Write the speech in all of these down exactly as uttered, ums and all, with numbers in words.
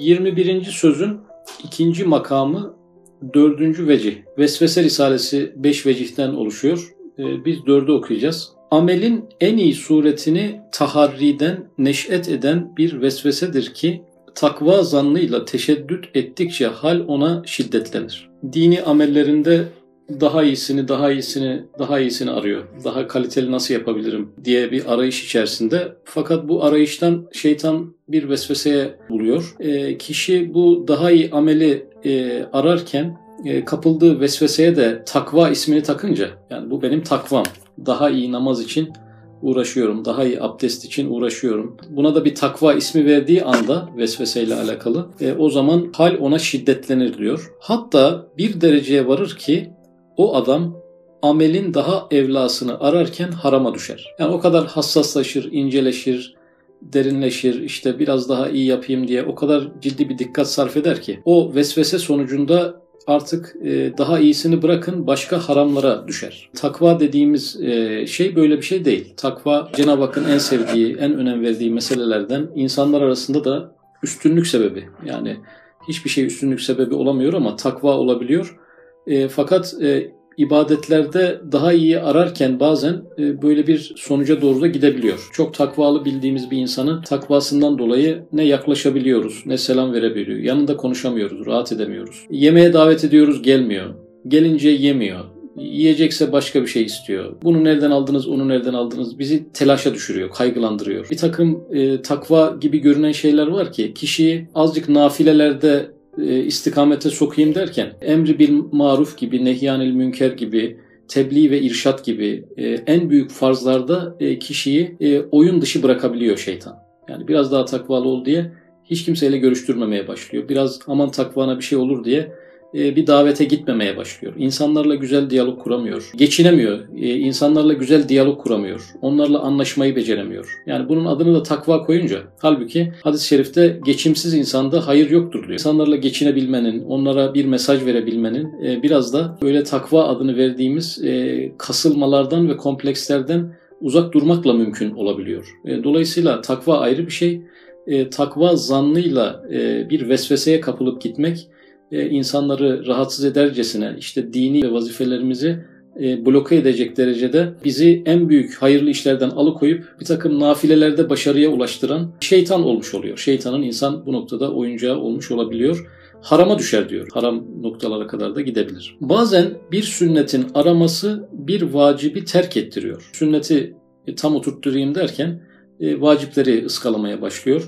yirmi birinci sözün ikinci makamı dördüncü vecih. Vesvese Risalesi beş vecihten oluşuyor. Ee, biz dördü okuyacağız. Amelin en iyi suretini taharriden neş'et eden bir vesvesedir ki takva zannıyla teşeddüt ettikçe hal ona şiddetlenir. Dini amellerinde daha iyisini, daha iyisini, daha iyisini arıyor. Daha kaliteli nasıl yapabilirim diye bir arayış içerisinde. Fakat bu arayıştan şeytan bir vesveseye buluyor. E, kişi bu daha iyi ameli e, ararken e, kapıldığı vesveseye de takva ismini takınca, yani bu benim takvam, daha iyi namaz için uğraşıyorum, daha iyi abdest için uğraşıyorum. Buna da bir takva ismi verdiği anda vesveseyle alakalı e, o zaman hal ona şiddetlenir diyor. Hatta bir dereceye varır ki o adam amelin daha evlasını ararken harama düşer. Yani o kadar hassaslaşır, inceleşir, derinleşir, işte biraz daha iyi yapayım diye o kadar ciddi bir dikkat sarf eder ki o vesvese sonucunda artık daha iyisini bırakın başka haramlara düşer. Takva dediğimiz şey böyle bir şey değil. Takva Cenab-ı Hakk'ın en sevdiği, en önem verdiği meselelerden, insanlar arasında da üstünlük sebebi. Yani hiçbir şey üstünlük sebebi olamıyor ama takva olabiliyor. E, fakat e, ibadetlerde daha iyi ararken bazen e, böyle bir sonuca doğru da gidebiliyor. Çok takvalı bildiğimiz bir insanın takvasından dolayı ne yaklaşabiliyoruz, ne selam verebiliyor. Yanında konuşamıyoruz, rahat edemiyoruz. Yemeğe davet ediyoruz, gelmiyor. Gelince yemiyor. Yiyecekse başka bir şey istiyor. Bunu nereden aldınız, onu nereden aldınız? Bizi telaşa düşürüyor, kaygılandırıyor. Bir takım e, takva gibi görünen şeyler var ki kişiyi azıcık nafilelerde istikamete sokayım derken emri bil maruf gibi, nehyanil münker gibi, tebliğ ve irşat gibi en büyük farzlarda kişiyi oyun dışı bırakabiliyor şeytan. Yani biraz daha takvalı ol diye hiç kimseyle görüştürmemeye başlıyor. Biraz aman takvana bir şey olur diye bir davete gitmemeye başlıyor. İnsanlarla güzel diyalog kuramıyor. Geçinemiyor. İnsanlarla güzel diyalog kuramıyor. Onlarla anlaşmayı beceremiyor. Yani bunun adını da takva koyunca, halbuki hadis-i şerifte geçimsiz insanda hayır yoktur diyor. İnsanlarla geçinebilmenin, onlara bir mesaj verebilmenin biraz da böyle takva adını verdiğimiz kasılmalardan ve komplekslerden uzak durmakla mümkün olabiliyor. Dolayısıyla takva ayrı bir şey. Takva zannıyla bir vesveseye kapılıp gitmek, insanları rahatsız edercesine işte dini ve vazifelerimizi bloke edecek derecede bizi en büyük hayırlı işlerden alıkoyup bir takım nafilelerde başarıya ulaştıran şeytan olmuş oluyor. Şeytanın insan bu noktada oyuncağı olmuş olabiliyor. Harama düşer diyor. Haram noktalara kadar da gidebilir. Bazen bir sünnetin araması bir vacibi terk ettiriyor. Sünneti tam oturtturayım derken vacipleri ıskalamaya başlıyor.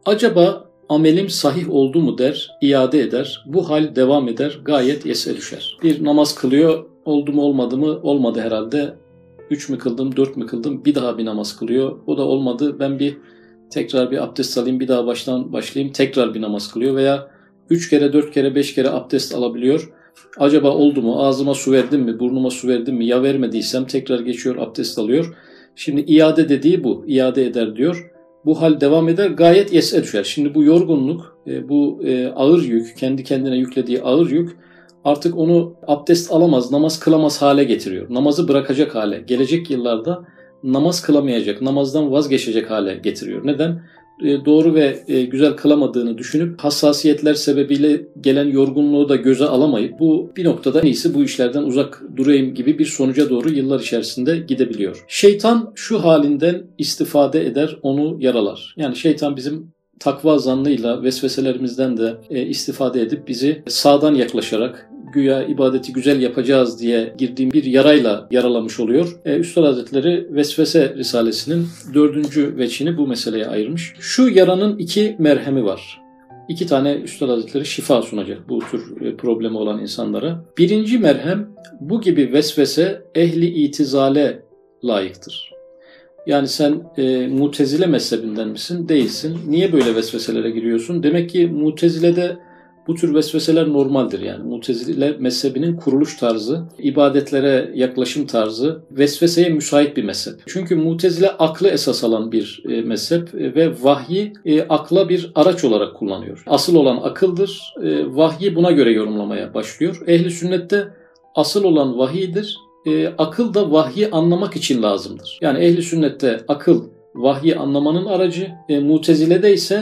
Acaba amelim sahih oldu mu der, iade eder. Bu hal devam eder, gayet yese düşer. Bir namaz kılıyor, oldu mu olmadı mı? Olmadı herhalde. Üç mü kıldım, dört mü kıldım? Bir daha bir namaz kılıyor. O da olmadı. Ben bir tekrar bir abdest alayım, bir daha baştan başlayayım. Tekrar bir namaz kılıyor veya üç kere, dört kere, beş kere abdest alabiliyor. Acaba oldu mu? Ağzıma su verdim mi? Burnuma su verdim mi? Ya vermediysem tekrar geçiyor, abdest alıyor. Şimdi iade dediği bu. İade eder diyor. Bu hal devam eder, gayet yes'e düşer. Şimdi bu yorgunluk, bu ağır yük, kendi kendine yüklediği ağır yük artık onu abdest alamaz, namaz kılamaz hale getiriyor. Namazı bırakacak hale, gelecek yıllarda namaz kılamayacak, namazdan vazgeçecek hale getiriyor. Neden? Doğru ve güzel kılamadığını düşünüp hassasiyetler sebebiyle gelen yorgunluğu da göze alamayıp bu bir noktada neyse bu işlerden uzak durayım gibi bir sonuca doğru yıllar içerisinde gidebiliyor. Şeytan şu halinden istifade eder, onu yaralar. Yani şeytan bizim takva zannıyla vesveselerimizden de istifade edip bizi sağdan yaklaşarak güya ibadeti güzel yapacağız diye girdiğim bir yarayla yaralamış oluyor. E, Üstad Hazretleri Vesvese Risalesi'nin dördüncü veçhini bu meseleye ayırmış. Şu yaranın iki merhemi var. İki tane Üstad Hazretleri şifa sunacak bu tür problemi olan insanlara. Birinci merhem, bu gibi vesvese ehli itizale layıktır. Yani sen e, Mutezile mezhebinden misin? Değilsin. Niye böyle vesveselere giriyorsun? Demek ki Mutezile'de bu tür vesveseler normaldir yani. Mutezile mezhebinin kuruluş tarzı, ibadetlere yaklaşım tarzı vesveseye müsait bir mezhep. Çünkü Mutezile aklı esas alan bir e, mezhep ve vahyi e, akla bir araç olarak kullanıyor. Asıl olan akıldır. E, vahyi buna göre yorumlamaya başlıyor. Ehli sünnette asıl olan vahiydir. E, akıl da vahyi anlamak için lazımdır. Yani ehli sünnette akıl vahyi anlamanın aracı, e, Mutezile'de ise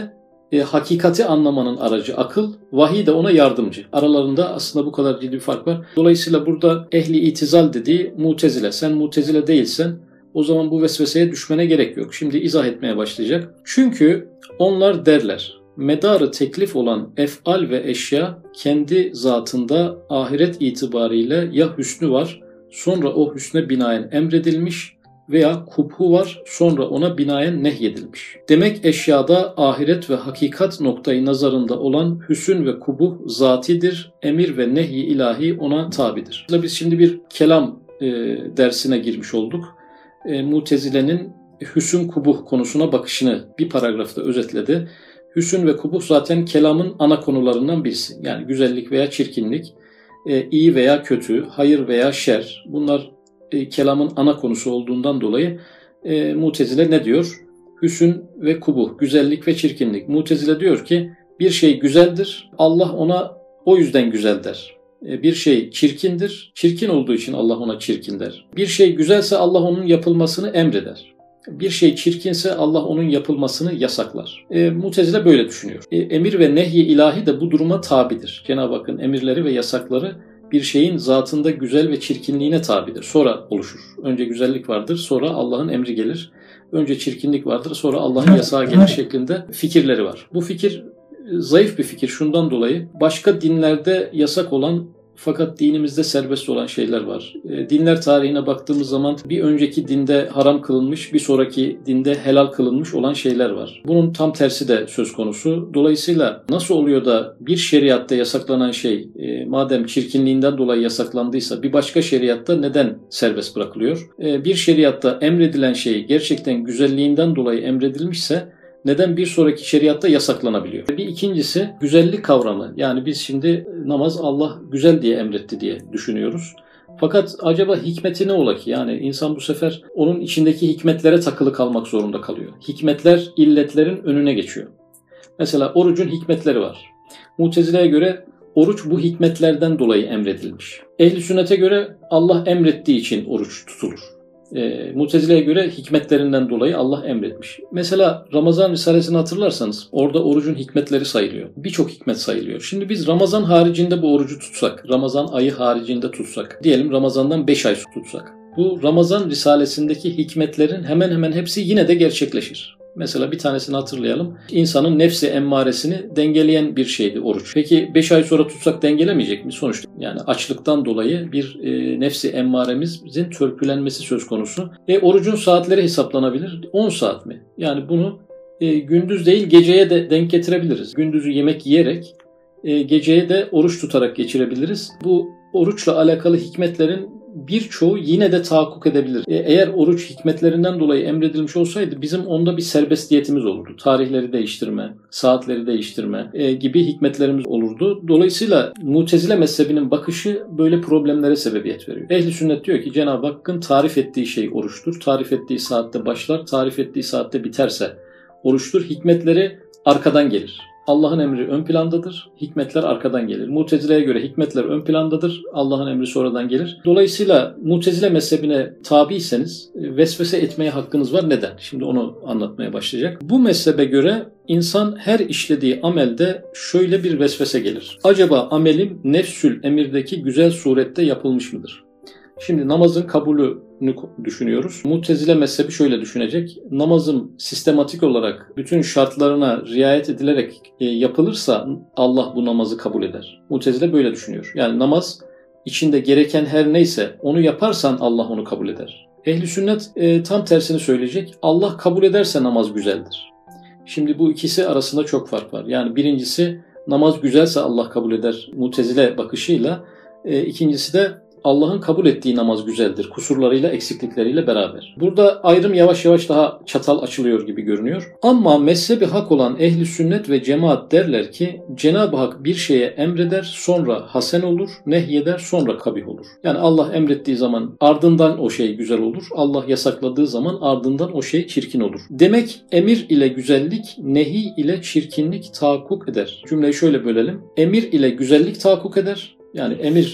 E, hakikati anlamanın aracı akıl, vahiy de ona yardımcı. Aralarında aslında bu kadar ciddi bir fark var. Dolayısıyla burada ehli itizal dediği mutezile. Sen mutezile değilsen o zaman bu vesveseye düşmene gerek yok. Şimdi izah etmeye başlayacak. Çünkü onlar derler, medarı teklif olan ef'al ve eşya kendi zatında ahiret itibariyle ya hüsnü var, sonra o hüsne binaen emredilmiş veya kubhu var, sonra ona binaen nehyedilmiş. Demek eşyada ahiret ve hakikat noktayı nazarında olan hüsn ve kubuh zatidir, emir ve nehy ilahi ona tabidir. Biz şimdi bir kelam e, dersine girmiş olduk. E, Mutezile'nin hüsn kubuh konusuna bakışını bir paragrafta özetledi. Hüsn ve kubuh zaten kelamın ana konularından birisi. Yani güzellik veya çirkinlik, e, iyi veya kötü, hayır veya şer. Bunlar e, kelamın ana konusu olduğundan dolayı e, Mutezile ne diyor? Hüsn ve kubuh, güzellik ve çirkinlik. Mutezile diyor ki bir şey güzeldir, Allah ona o yüzden güzel der. E, bir şey çirkindir, çirkin olduğu için Allah ona çirkin der. Bir şey güzelse Allah onun yapılmasını emreder. Bir şey çirkinse Allah onun yapılmasını yasaklar. E, Mutezile böyle düşünüyor. E, emir ve nehy-i ilahi de bu duruma tabidir. Cenab-ı Hakk'ın emirleri ve yasakları bir şeyin zatında güzel ve çirkinliğine tabidir. Sonra oluşur. Önce güzellik vardır, sonra Allah'ın emri gelir. Önce çirkinlik vardır, sonra Allah'ın yasağı gelir şeklinde fikirleri var. Bu fikir zayıf bir fikir şundan dolayı. Başka dinlerde yasak olan fakat dinimizde serbest olan şeyler var. E, dinler tarihine baktığımız zaman bir önceki dinde haram kılınmış, bir sonraki dinde helal kılınmış olan şeyler var. Bunun tam tersi de söz konusu. Dolayısıyla nasıl oluyor da bir şeriatta yasaklanan şey e, madem çirkinliğinden dolayı yasaklandıysa bir başka şeriatta neden serbest bırakılıyor? E, bir şeriatta emredilen şey gerçekten güzelliğinden dolayı emredilmişse neden bir sonraki şeriatta yasaklanabiliyor? Bir ikincisi güzellik kavramı. Yani biz şimdi namaz Allah güzel diye emretti diye düşünüyoruz. Fakat acaba hikmeti ne ola ki? Yani insan bu sefer onun içindeki hikmetlere takılı kalmak zorunda kalıyor. Hikmetler illetlerin önüne geçiyor. Mesela orucun hikmetleri var. Mutezile'ye göre oruç bu hikmetlerden dolayı emredilmiş. Ehl-i sünnete göre Allah emrettiği için oruç tutulur. E, Mutezile'ye göre hikmetlerinden dolayı Allah emretmiş. Mesela Ramazan Risalesini hatırlarsanız orada orucun hikmetleri sayılıyor. Birçok hikmet sayılıyor. Şimdi biz Ramazan haricinde bu orucu tutsak, Ramazan ayı haricinde tutsak, diyelim Ramazan'dan beş ay tutsak. Bu Ramazan Risalesindeki hikmetlerin hemen hemen hepsi yine de gerçekleşir. Mesela bir tanesini hatırlayalım. İnsanın nefsi emmaresini dengeleyen bir şeydi oruç. Peki beş ay sonra tutsak dengelemeyecek mi? Sonuçta yani açlıktan dolayı bir e, nefsi emmaremizin törpülenmesi söz konusu. E, orucun saatleri hesaplanabilir. on saat mi? Yani bunu e, gündüz değil geceye de denk getirebiliriz. Gündüzü yemek yiyerek e, geceye de oruç tutarak geçirebiliriz. Bu oruçla alakalı hikmetlerin birçoğu yine de tahakkuk edebilir. E, eğer oruç hikmetlerinden dolayı emredilmiş olsaydı bizim onda bir serbestiyetimiz olurdu. Tarihleri değiştirme, saatleri değiştirme e, gibi hikmetlerimiz olurdu. Dolayısıyla Mutezile mezhebinin bakışı böyle problemlere sebebiyet veriyor. Ehl-i sünnet diyor ki Cenab-ı Hakk'ın tarif ettiği şey oruçtur. Tarif ettiği saatte başlar, tarif ettiği saatte biterse oruçtur. Hikmetleri arkadan gelir. Allah'ın emri ön plandadır, hikmetler arkadan gelir. Mutezile'ye göre hikmetler ön plandadır, Allah'ın emri sonradan gelir. Dolayısıyla Mutezile mezhebine tabiyseniz vesvese etmeye hakkınız var. Neden? Şimdi onu anlatmaya başlayacak. Bu mezhebe göre insan her işlediği amelde şöyle bir vesvese gelir. Acaba amelim nefsül emirdeki güzel surette yapılmış mıdır? Şimdi namazın kabulünü düşünüyoruz. Mutezile mezhebi şöyle düşünecek. Namazın sistematik olarak bütün şartlarına riayet edilerek yapılırsa Allah bu namazı kabul eder. Mutezile böyle düşünüyor. Yani namaz içinde gereken her neyse onu yaparsan Allah onu kabul eder. Ehl-i sünnet e, tam tersini söyleyecek. Allah kabul ederse namaz güzeldir. Şimdi bu ikisi arasında çok fark var. Yani birincisi namaz güzelse Allah kabul eder Mutezile bakışıyla. E, ikincisi de Allah'ın kabul ettiği namaz güzeldir. Kusurlarıyla, eksiklikleriyle beraber. Burada ayrım yavaş yavaş daha çatal açılıyor gibi görünüyor. Ama mezhebi hak olan ehli sünnet ve cemaat derler ki Cenab-ı Hak bir şeye emreder, sonra hasen olur, nehyeder, sonra kabih olur. Yani Allah emrettiği zaman ardından o şey güzel olur. Allah yasakladığı zaman ardından o şey çirkin olur. Demek emir ile güzellik, nehi ile çirkinlik tahakkuk eder. Cümleyi şöyle bölelim. Emir ile güzellik tahakkuk eder. Yani emir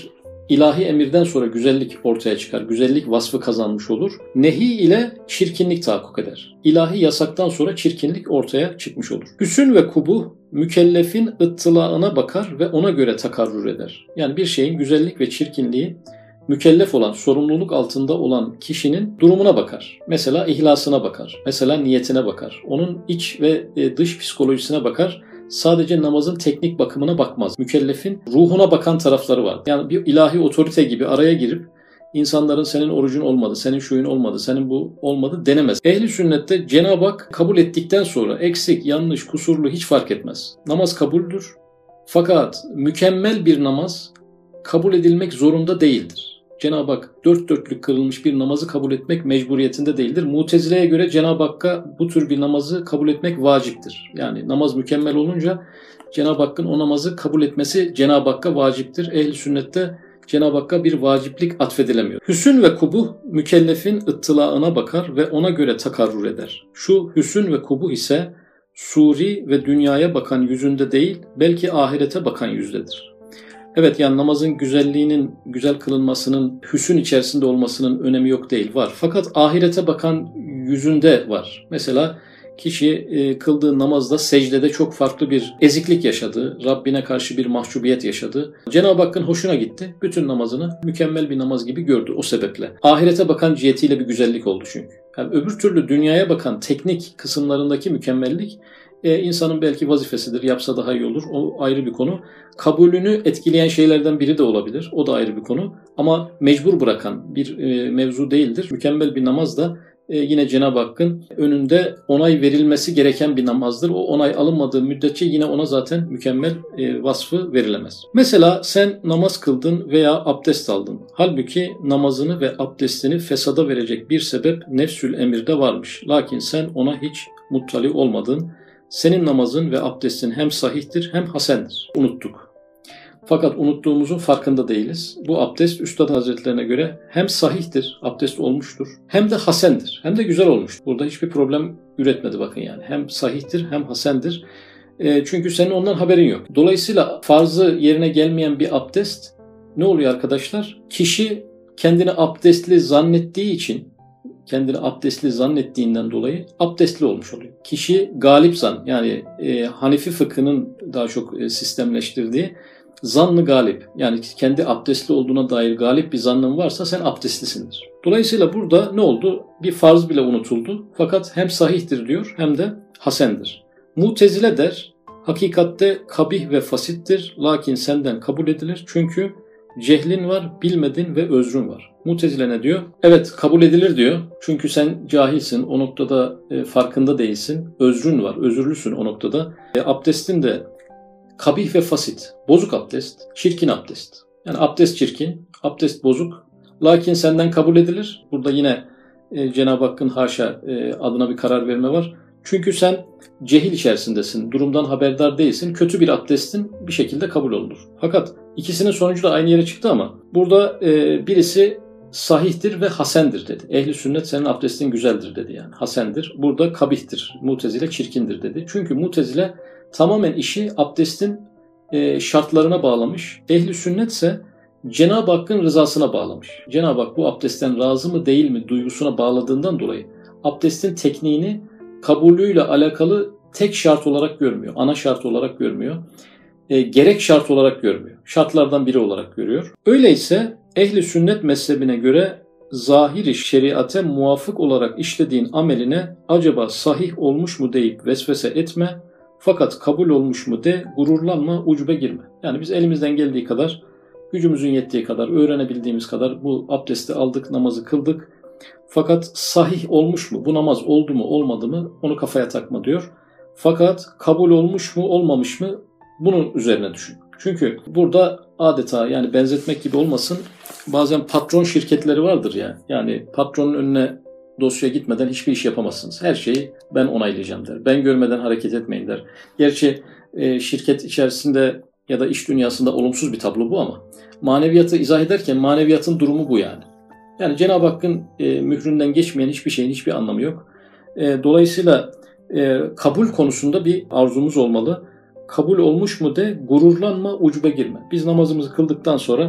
ilahi emirden sonra güzellik ortaya çıkar. Güzellik vasfı kazanmış olur. Nehi ile çirkinlik tahakkuk eder. İlahi yasaktan sonra çirkinlik ortaya çıkmış olur. Hüsn ve kubuh mükellefin ıttılağına bakar ve ona göre takarrür eder. Yani bir şeyin güzellik ve çirkinliği mükellef olan, sorumluluk altında olan kişinin durumuna bakar. Mesela ihlasına bakar. Mesela niyetine bakar. Onun iç ve dış psikolojisine bakar. Sadece namazın teknik bakımına bakmaz. Mükellefin ruhuna bakan tarafları var. Yani bir ilahi otorite gibi araya girip insanların senin orucun olmadı, senin şuyun olmadı, senin bu olmadı denemez. Ehli sünnette Cenab-ı Hak kabul ettikten sonra eksik, yanlış, kusurlu hiç fark etmez. Namaz kabuldür. Fakat mükemmel bir namaz kabul edilmek zorunda değildir. Cenab-ı Hak dört dörtlük kılınmış bir namazı kabul etmek mecburiyetinde değildir. Mutezile'ye göre Cenab-ı Hakk'a bu tür bir namazı kabul etmek vaciptir. Yani namaz mükemmel olunca Cenab-ı Hakk'ın o namazı kabul etmesi Cenab-ı Hakk'a vaciptir. Ehl-i sünnette Cenab-ı Hakk'a bir vaciplik atfedilemiyor. Hüsn ve kubuh mükellefin ıttılağına bakar ve ona göre takarrur eder. Şu hüsn ve kubuh ise suri ve dünyaya bakan yüzünde değil, belki ahirete bakan yüzdedir. Evet, yani namazın güzelliğinin, güzel kılınmasının, hüsn içerisinde olmasının önemi yok değil, var. Fakat ahirete bakan yüzünde var. Mesela kişi e, kıldığı namazda, secdede çok farklı bir eziklik yaşadı. Rabbine karşı bir mahcubiyet yaşadı. Cenab-ı Hakk'ın hoşuna gitti. Bütün namazını mükemmel bir namaz gibi gördü o sebeple. Ahirete bakan cihetiyle bir güzellik oldu çünkü. Yani öbür türlü dünyaya bakan teknik kısımlarındaki mükemmellik e, insanın belki vazifesidir. Yapsa daha iyi olur. O ayrı bir konu. Kabulünü etkileyen şeylerden biri de olabilir. O da ayrı bir konu. Ama mecbur bırakan bir e, mevzu değildir. Mükemmel bir namaz da e, yine Cenab-ı Hakk'ın önünde onay verilmesi gereken bir namazdır. O onay alınmadığı müddetçe yine ona zaten mükemmel e, vasfı verilemez. Mesela sen namaz kıldın veya abdest aldın. Halbuki namazını ve abdestini fesada verecek bir sebep nefsül emirde varmış. Lakin sen ona hiç muttali olmadın. Senin namazın ve abdestin hem sahihtir hem hasendir. Unuttuk. Fakat unuttuğumuzun farkında değiliz. Bu abdest Üstad Hazretlerine göre hem sahihtir, abdest olmuştur, hem de hasendir, hem de güzel olmuştur. Burada hiçbir problem üretmedi bakın yani. Hem sahihtir hem hasendir. E, çünkü senin ondan haberin yok. Dolayısıyla farzı yerine gelmeyen bir abdest ne oluyor arkadaşlar? Kişi kendini abdestli zannettiği için, kendini abdestli zannettiğinden dolayı abdestli olmuş oluyor. Kişi galip zan, yani e, Hanefi fıkhının daha çok e, sistemleştirdiği zannı galip, yani kendi abdestli olduğuna dair galip bir zannın varsa sen abdestlisindir. Dolayısıyla burada ne oldu? Bir farz bile unutuldu. Fakat hem sahihtir diyor hem de hasendir. Mutezile der, hakikatte kabih ve fasittir, lakin senden kabul edilir çünkü cehlin var, bilmedin ve özrün var. Mutezile ne diyor? Evet, kabul edilir diyor. Çünkü sen cahilsin, o noktada e, farkında değilsin. Özrün var, özürlüsün o noktada. E, abdestin de kabih ve fasit. Bozuk abdest, çirkin abdest. Yani abdest çirkin, abdest bozuk. Lakin senden kabul edilir. Burada yine e, Cenab-ı Hakk'ın haşa e, adına bir karar verme var. Çünkü sen cehil içerisindesin, durumdan haberdar değilsin. Kötü bir abdestin bir şekilde kabul olunur. Fakat ikisinin sonucu da aynı yere çıktı ama burada e, birisi sahihtir ve hasendir dedi. Ehli sünnet senin abdestin güzeldir dedi yani. Hasendir. Burada kabihtir. Mutezile çirkindir dedi. Çünkü Mutezile tamamen işi abdestin e, şartlarına bağlamış. Ehli sünnet ise Cenab-ı Hakk'ın rızasına bağlamış. Cenab-ı Hak bu abdestten razı mı değil mi duygusuna bağladığından dolayı abdestin tekniğini kabulüyle alakalı tek şart olarak görmüyor. Ana şart olarak görmüyor. E, gerek şart olarak görmüyor. Şartlardan biri olarak görüyor. Öyleyse ehli sünnet mezhebine göre zahiri şeriate muvafık olarak işlediğin ameline acaba sahih olmuş mu deyip vesvese etme. Fakat kabul olmuş mu de, gururlanma, ucube girme. Yani biz elimizden geldiği kadar, gücümüzün yettiği kadar, öğrenebildiğimiz kadar bu abdesti aldık, namazı kıldık. Fakat sahih olmuş mu, bu namaz oldu mu, olmadı mı onu kafaya takma diyor. Fakat kabul olmuş mu, olmamış mı bunun üzerine düşün. Çünkü burada adeta, yani benzetmek gibi olmasın, bazen patron şirketleri vardır ya. Yani patronun önüne dosya gitmeden hiçbir iş yapamazsınız. Her şeyi ben onaylayacağım der. Ben görmeden hareket etmeyin der. Gerçi e, şirket içerisinde ya da iş dünyasında olumsuz bir tablo bu ama maneviyatı izah ederken maneviyatın durumu bu yani. Yani Cenab-ı Hakk'ın e, mühründen geçmeyen hiçbir şeyin hiçbir anlamı yok. E, dolayısıyla e, kabul konusunda bir arzumuz olmalı. Kabul olmuş mu de, gururlanma, ucube girme. Biz namazımızı kıldıktan sonra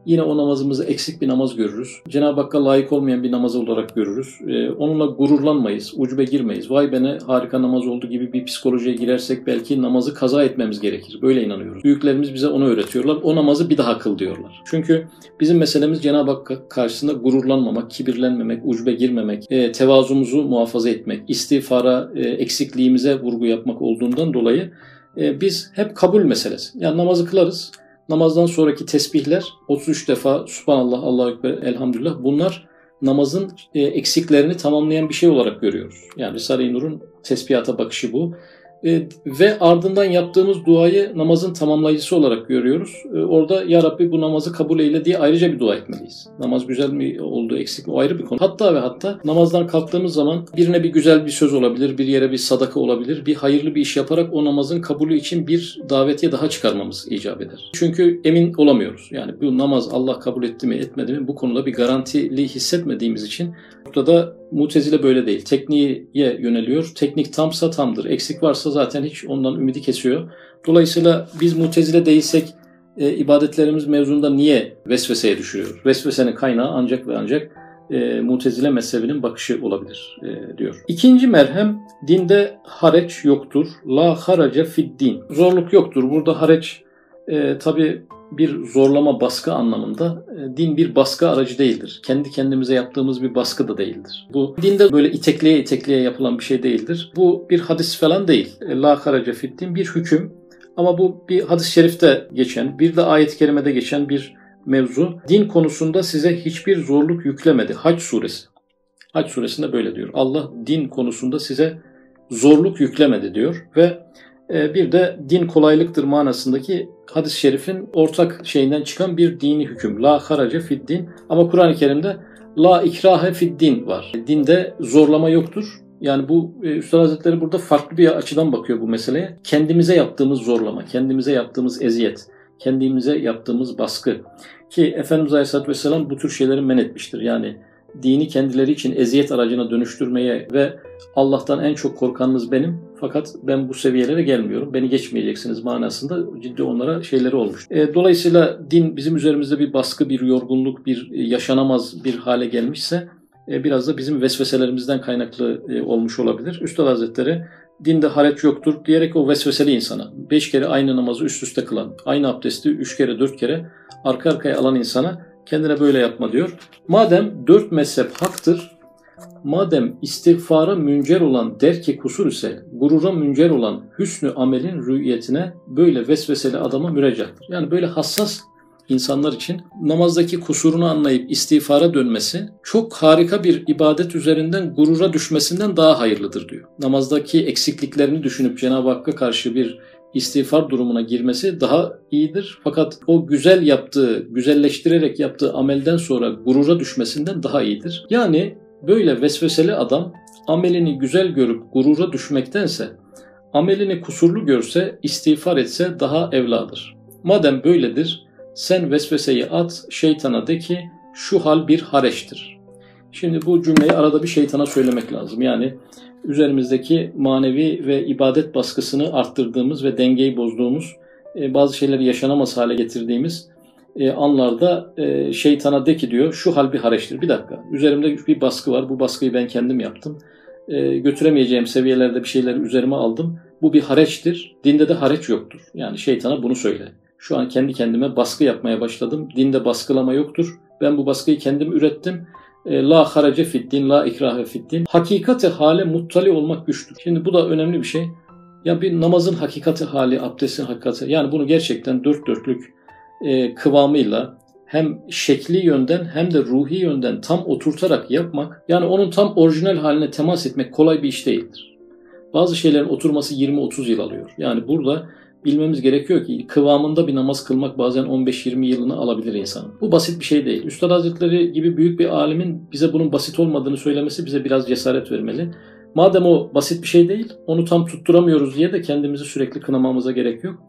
yine o namazımızı eksik bir namaz görürüz. Cenab-ı Hakk'a layık olmayan bir namaz olarak görürüz. Ee, onunla gururlanmayız, ucube girmeyiz. Vay be ne harika namaz oldu gibi bir psikolojiye girersek belki namazı kaza etmemiz gerekir. Böyle inanıyoruz. Büyüklerimiz bize onu öğretiyorlar. O namazı bir daha kıl diyorlar. Çünkü bizim meselemiz Cenab-ı Hakk'a karşısında gururlanmamak, kibirlenmemek, ucube girmemek, e, tevazumuzu muhafaza etmek, istiğfara, e, eksikliğimize vurgu yapmak olduğundan dolayı e, biz hep kabul meselesi. Yani namazı kılarız. Namazdan sonraki tesbihler otuz üç defa Subhanallah, Allahu Ekber, Elhamdülillah, bunlar namazın e, eksiklerini tamamlayan bir şey olarak görüyoruz. Yani Risale-i Nur'un tesbihata bakışı bu. E, ve ardından yaptığımız duayı namazın tamamlayıcısı olarak görüyoruz. E, orada Ya Rabbi bu namazı kabul eyle diye ayrıca bir dua etmeliyiz. Namaz güzel mi oldu, eksik mi, o ayrı bir konu. Hatta ve hatta namazdan kalktığımız zaman birine bir güzel bir söz olabilir, bir yere bir sadaka olabilir, bir hayırlı bir iş yaparak o namazın kabulü için bir davetiye daha çıkarmamız icap eder. Çünkü emin olamıyoruz. Yani bu namaz Allah kabul etti mi etmedi mi, bu konuda bir garantili hissetmediğimiz için da Mutezile böyle değil. Tekniğe yöneliyor. Teknik tamsa tamdır. Eksik varsa zaten hiç ondan ümidi kesiyor. Dolayısıyla biz Mutezile değilsek e, ibadetlerimiz mevzunda niye vesveseye düşürüyor? Vesvesenin kaynağı ancak ve ancak e, Mutezile mezhebinin bakışı olabilir e, diyor. İkinci merhem, dinde hareç yoktur. La harace fid din. Zorluk yoktur. Burada hareç e, tabi bir zorlama, baskı anlamında. Din bir baskı aracı değildir. Kendi kendimize yaptığımız bir baskı da değildir. Bu dinde böyle itekleye itekleye yapılan bir şey değildir. Bu bir hadis falan değil. La harace fid din bir hüküm. Ama bu bir hadis-i şerifte geçen, bir de ayet-i kerimede geçen bir mevzu. Din konusunda size hiçbir zorluk yüklemedi. Hac suresi. Hac suresinde böyle diyor. Allah din konusunda size zorluk yüklemedi diyor ve bir de din kolaylıktır manasındaki hadis-i şerifin ortak şeyinden çıkan bir dini hüküm. La harace fid din. Ama Kur'an-ı Kerim'de la ikrahe fid din var. Dinde zorlama yoktur. Yani bu Üstad Hazretleri burada farklı bir açıdan bakıyor bu meseleye. Kendimize yaptığımız zorlama, kendimize yaptığımız eziyet, kendimize yaptığımız baskı. Ki Efendimiz Aleyhisselatü Vesselam bu tür şeyleri men etmiştir. Yani dini kendileri için eziyet aracına dönüştürmeye ve Allah'tan en çok korkanınız benim fakat ben bu seviyelere gelmiyorum, beni geçmeyeceksiniz manasında ciddi onlara şeyleri olmuş. E, dolayısıyla din bizim üzerimizde bir baskı, bir yorgunluk, bir yaşanamaz bir hale gelmişse e, biraz da bizim vesveselerimizden kaynaklı e, olmuş olabilir. Üstad Hazretleri dinde hareç yoktur diyerek o vesveseli insana, beş kere aynı namazı üst üste kılan, aynı abdesti üç kere dört kere arka arkaya alan insana kendine böyle yapma diyor. Madem dört mezhep haktır, madem istiğfara müncer olan derki kusur ise gurura müncer olan hüsnü amelin rü'yetine böyle vesveseli adama müreccahtır. Yani böyle hassas insanlar için namazdaki kusurunu anlayıp istiğfara dönmesi çok harika bir ibadet üzerinden gurura düşmesinden daha hayırlıdır diyor. Namazdaki eksikliklerini düşünüp Cenab-ı Hakk'a karşı bir istiğfar durumuna girmesi daha iyidir. Fakat o güzel yaptığı, güzelleştirerek yaptığı amelden sonra gurura düşmesinden daha iyidir. Yani böyle vesveseli adam amelini güzel görüp gurura düşmektense amelini kusurlu görse, istiğfar etse daha evladır. Madem böyledir, sen vesveseyi at, şeytana de ki şu hal bir hareçtir. Şimdi bu cümleyi arada bir şeytana söylemek lazım. Yani üzerimizdeki manevi ve ibadet baskısını arttırdığımız ve dengeyi bozduğumuz, bazı şeyleri yaşanamaz hale getirdiğimiz anlarda şeytana de ki diyor şu hal bir hareçtir. Bir dakika, üzerimde bir baskı var, bu baskıyı ben kendim yaptım. Götüremeyeceğim seviyelerde bir şeyleri üzerime aldım. Bu bir hareçtir. Dinde de hareç yoktur. Yani şeytana bunu söyle. Şu an kendi kendime baskı yapmaya başladım. Dinde baskılama yoktur. Ben bu baskıyı kendim ürettim. La harace fiddin, la ikrahe fiddin. Hakikati hale muttali olmak güçtür. Şimdi bu da önemli bir şey. Ya bir namazın hakikati hali, abdestin hakikati. Yani bunu gerçekten dört dörtlük e, kıvamıyla hem şekli yönden hem de ruhi yönden tam oturtarak yapmak, yani onun tam orijinal haline temas etmek kolay bir iş değildir. Bazı şeylerin oturması yirmi otuz yıl alıyor. Yani burada bilmemiz gerekiyor ki kıvamında bir namaz kılmak bazen on beş yirmi yılını alabilir insanın. Bu basit bir şey değil. Üstad Hazretleri gibi büyük bir alimin bize bunun basit olmadığını söylemesi bize biraz cesaret vermeli. Madem o basit bir şey değil, onu tam tutturamıyoruz diye de kendimizi sürekli kınamamıza gerek yok.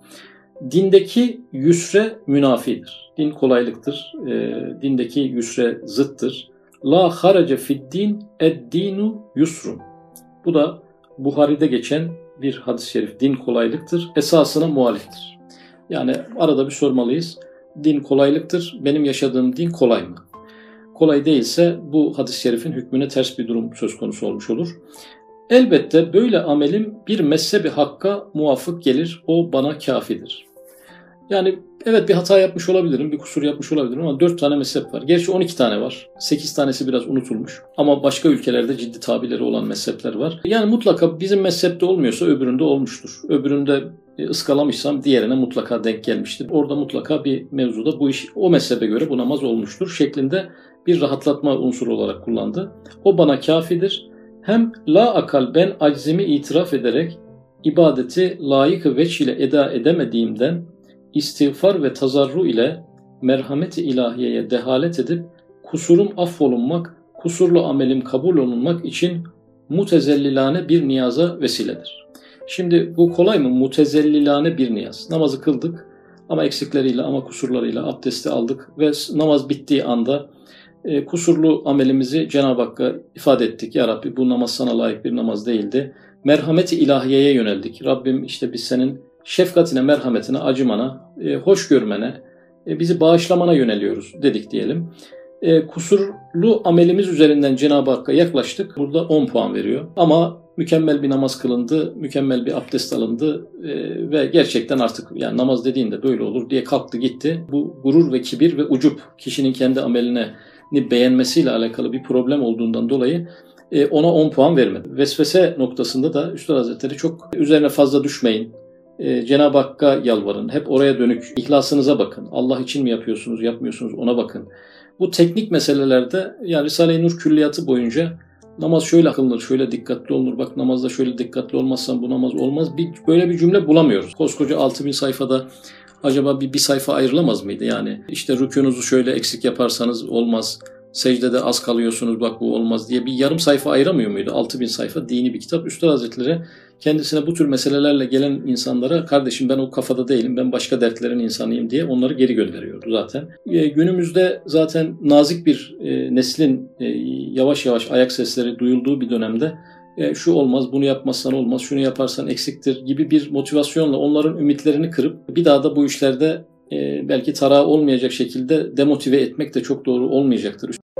Dindeki yusre münafidir. Din kolaylıktır. E, dindeki yusre zıttır. La harace fiddin ed-dinu yusrun. Bu da Buhari'de geçen bir hadis-i şerif. Din kolaylıktır. Esasına muhaliftir. Yani arada bir sormalıyız. din kolaylıktır. Benim yaşadığım din kolay mı? Kolay değilse bu hadis-i şerifin hükmüne ters bir durum söz konusu olmuş olur. Elbette böyle amelim bir mezhebi hakka muvafık gelir. O bana kafidir. Yani evet bir hata yapmış olabilirim, bir kusur yapmış olabilirim ama dört tane mezhep var. Gerçi on iki tane var. sekiz tanesi biraz unutulmuş. Ama başka ülkelerde ciddi tabirleri olan mezhepler var. Yani mutlaka bizim mezhepte olmuyorsa öbüründe olmuştur. Öbüründe ıskalamışsam diğerine mutlaka denk gelmiştir. Orada mutlaka bir mevzuda bu iş o mezhebe göre bu namaz olmuştur şeklinde bir rahatlatma unsuru olarak kullandı. O bana kafidir. Hem la akal ben aczimi itiraf ederek ibadeti layık-ı veç ile eda edemediğimden istiğfar ve tazarru ile merhamet-i ilahiyeye dehalet edip kusurum affolunmak, kusurlu amelim kabul olunmak için mutezellilane bir niyaza vesiledir. Şimdi bu kolay mı? Mutezellilane bir niyaz. Namazı kıldık ama eksikleriyle ama kusurlarıyla abdesti aldık ve namaz bittiği anda e, kusurlu amelimizi Cenab-ı Hakk'a ifade ettik. Ya Rabbi bu namaz sana layık bir namaz değildi. Merhamet-i ilahiyeye yöneldik. Rabbim işte biz senin şefkatine, merhametine, acımana, e, hoş görmene, e, bizi bağışlamana yöneliyoruz dedik diyelim. E, kusurlu amelimiz üzerinden Cenab-ı Hakk'a yaklaştık. Burada on puan veriyor. Ama mükemmel bir namaz kılındı, mükemmel bir abdest alındı e, ve gerçekten artık yani namaz dediğinde böyle olur diye kalktı gitti. Bu gurur ve kibir ve ucup kişinin kendi amelini beğenmesiyle alakalı bir problem olduğundan dolayı e, ona on puan vermedi. Vesvese noktasında da Üstad Hazretleri çok üzerine fazla düşmeyin. Ee, Cenab-ı Hakk'a yalvarın. Hep oraya dönük ihlasınıza bakın. Allah için mi yapıyorsunuz, yapmıyorsunuz ona bakın. Bu teknik meselelerde yani Risale-i Nur külliyatı boyunca namaz şöyle kılınır, şöyle dikkatli olunur. Bak namazda şöyle dikkatli olmazsan bu namaz olmaz. Bir, böyle bir cümle bulamıyoruz. Koskoca altı bin sayfada acaba bir, bir sayfa ayrılamaz mıydı? Yani işte rükûnuzu şöyle eksik yaparsanız olmaz. Secdede az kalıyorsunuz bak bu olmaz diye bir yarım sayfa ayıramıyor muydu? altı bin sayfa dini bir kitap. Üstad Hazretleri kendisine bu tür meselelerle gelen insanlara kardeşim ben o kafada değilim, ben başka dertlerin insanıyım diye onları geri gönderiyordu zaten. E, günümüzde zaten nazik bir e, neslin e, yavaş yavaş ayak sesleri duyulduğu bir dönemde e, şu olmaz, bunu yapmazsan olmaz, şunu yaparsan eksiktir gibi bir motivasyonla onların ümitlerini kırıp bir daha da bu işlerde e, belki tarağı olmayacak şekilde demotive etmek de çok doğru olmayacaktır.